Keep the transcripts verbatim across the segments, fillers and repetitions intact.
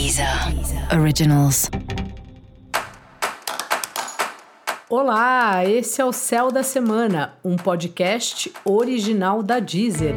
Deezer Originals. Olá, esse é o Céu da Semana, um podcast original da Deezer.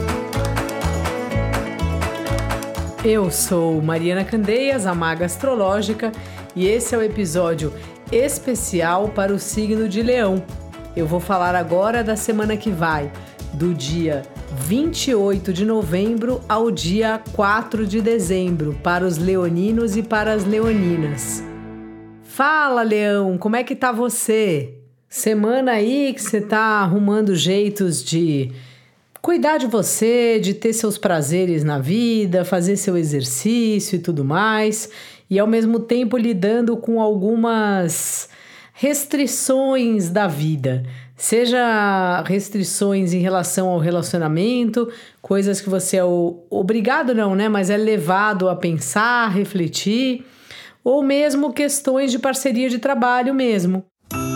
Eu sou Mariana Candeias, a Maga Astrológica, e esse é o episódio especial para o signo de Leão. Eu vou falar agora da semana que vai, do dia vinte e oito de novembro ao dia quatro de dezembro, para os leoninos e para as leoninas. Fala, Leão, como é que tá você? Semana aí que você tá arrumando jeitos de cuidar de você, de ter seus prazeres na vida, fazer seu exercício e tudo mais, e ao mesmo tempo lidando com algumas restrições da vida. Seja restrições em relação ao relacionamento, coisas que você é o, obrigado não, né? Mas é levado a pensar, refletir, ou mesmo questões de parceria de trabalho mesmo.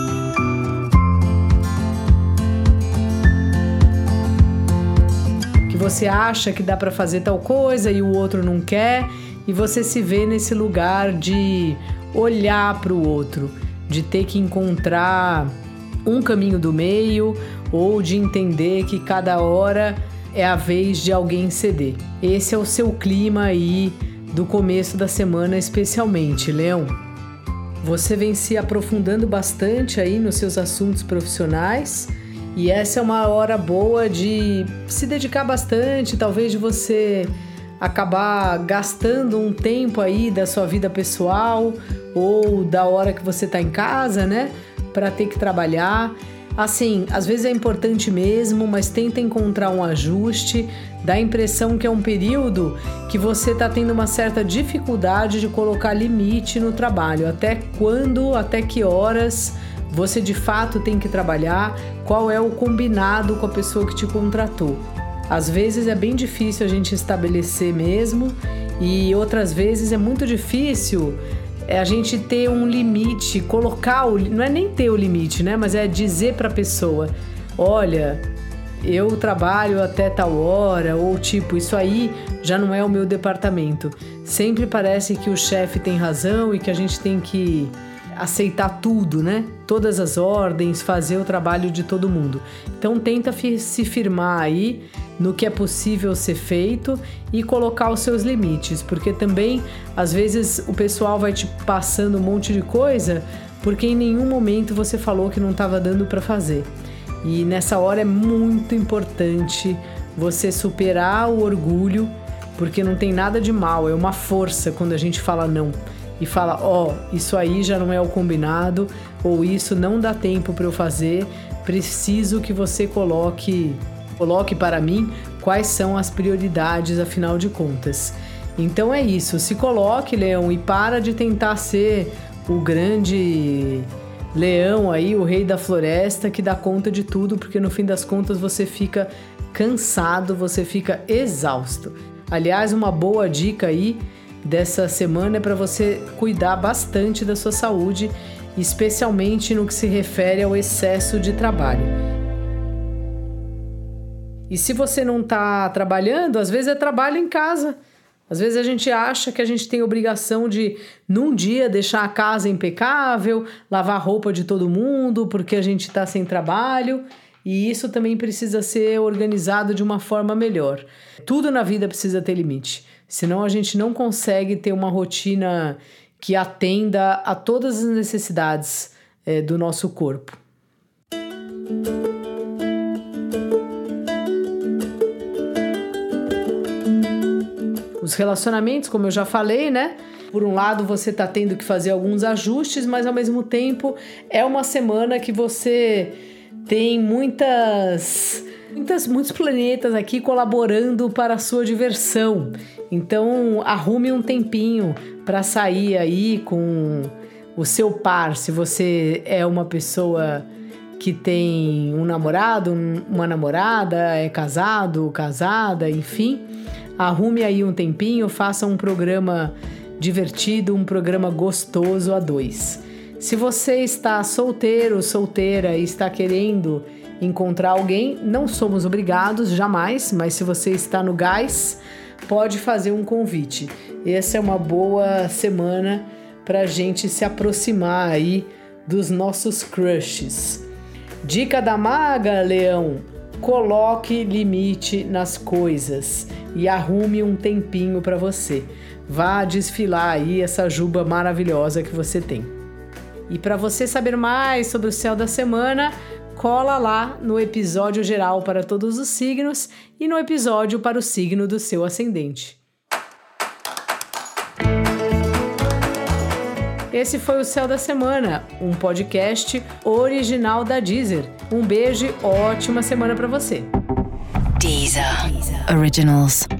Que você acha que dá para fazer tal coisa e o outro não quer, e você se vê nesse lugar de olhar para o outro, de ter que encontrar um caminho do meio, ou de entender que cada hora é a vez de alguém ceder. Esse é o seu clima aí do começo da semana, especialmente, Leão. Você vem se aprofundando bastante aí nos seus assuntos profissionais, e essa é uma hora boa de se dedicar bastante, talvez de você acabar gastando um tempo aí da sua vida pessoal, ou da hora que você tá em casa, né? Para ter que trabalhar. Assim, às vezes é importante mesmo, mas tenta encontrar um ajuste. Dá a impressão que é um período que você está tendo uma certa dificuldade de colocar limite no trabalho. Até quando, até que horas você de fato tem que trabalhar, qual é o combinado com a pessoa que te contratou. Às vezes é bem difícil a gente estabelecer mesmo, e outras vezes é muito difícil é a gente ter um limite, colocar o... Não é nem ter o limite, né? Mas é dizer para a pessoa, olha, eu trabalho até tal hora, ou tipo, isso aí já não é o meu departamento. Sempre parece que o chefe tem razão e que a gente tem que aceitar tudo, né? Todas as ordens, fazer o trabalho de todo mundo. Então tenta fi- se firmar aí no que é possível ser feito e colocar os seus limites, porque também às vezes o pessoal vai te passando um monte de coisa porque em nenhum momento você falou que não estava dando para fazer. E nessa hora é muito importante você superar o orgulho, porque não tem nada de mal, é uma força quando a gente fala não. E fala, ó, oh, isso aí já não é o combinado, ou isso não dá tempo para eu fazer, preciso que você coloque, coloque para mim quais são as prioridades, afinal de contas. Então é isso, se coloque, Leão, e para de tentar ser o grande leão aí, o rei da floresta, que dá conta de tudo, porque no fim das contas você fica cansado, você fica exausto. Aliás, uma boa dica aí dessa semana é para você cuidar bastante da sua saúde, especialmente no que se refere ao excesso de trabalho. E se você não está trabalhando, às vezes é trabalho em casa. Às vezes a gente acha que a gente tem obrigação de, num dia, deixar a casa impecável, lavar a roupa de todo mundo, porque a gente está sem trabalho. E isso também precisa ser organizado de uma forma melhor. Tudo na vida precisa ter limite. Senão a gente não consegue ter uma rotina que atenda a todas as necessidades é, do nosso corpo. Os relacionamentos, como eu já falei, né? Por um lado, você tá tendo que fazer alguns ajustes, mas ao mesmo tempo é uma semana que você tem muitas, muitas, muitos planetas aqui colaborando para a sua diversão. Então, arrume um tempinho para sair aí com o seu par. Se você é uma pessoa que tem um namorado, um, uma namorada, é casado, casada, enfim, arrume aí um tempinho, faça um programa divertido, um programa gostoso a dois. Se você está solteiro, solteira e está querendo encontrar alguém, não somos obrigados, jamais, mas se você está no gás, pode fazer um convite. Essa é uma boa semana para a gente se aproximar aí dos nossos crushes. Dica da maga, Leão: coloque limite nas coisas e arrume um tempinho para você. Vá desfilar aí essa juba maravilhosa que você tem. E para você saber mais sobre o céu da semana, cola lá no episódio geral para todos os signos e no episódio para o signo do seu ascendente. Esse foi o Céu da Semana, um podcast original da Deezer. Um beijo e ótima semana para você. Deezer. Deezer. Originals.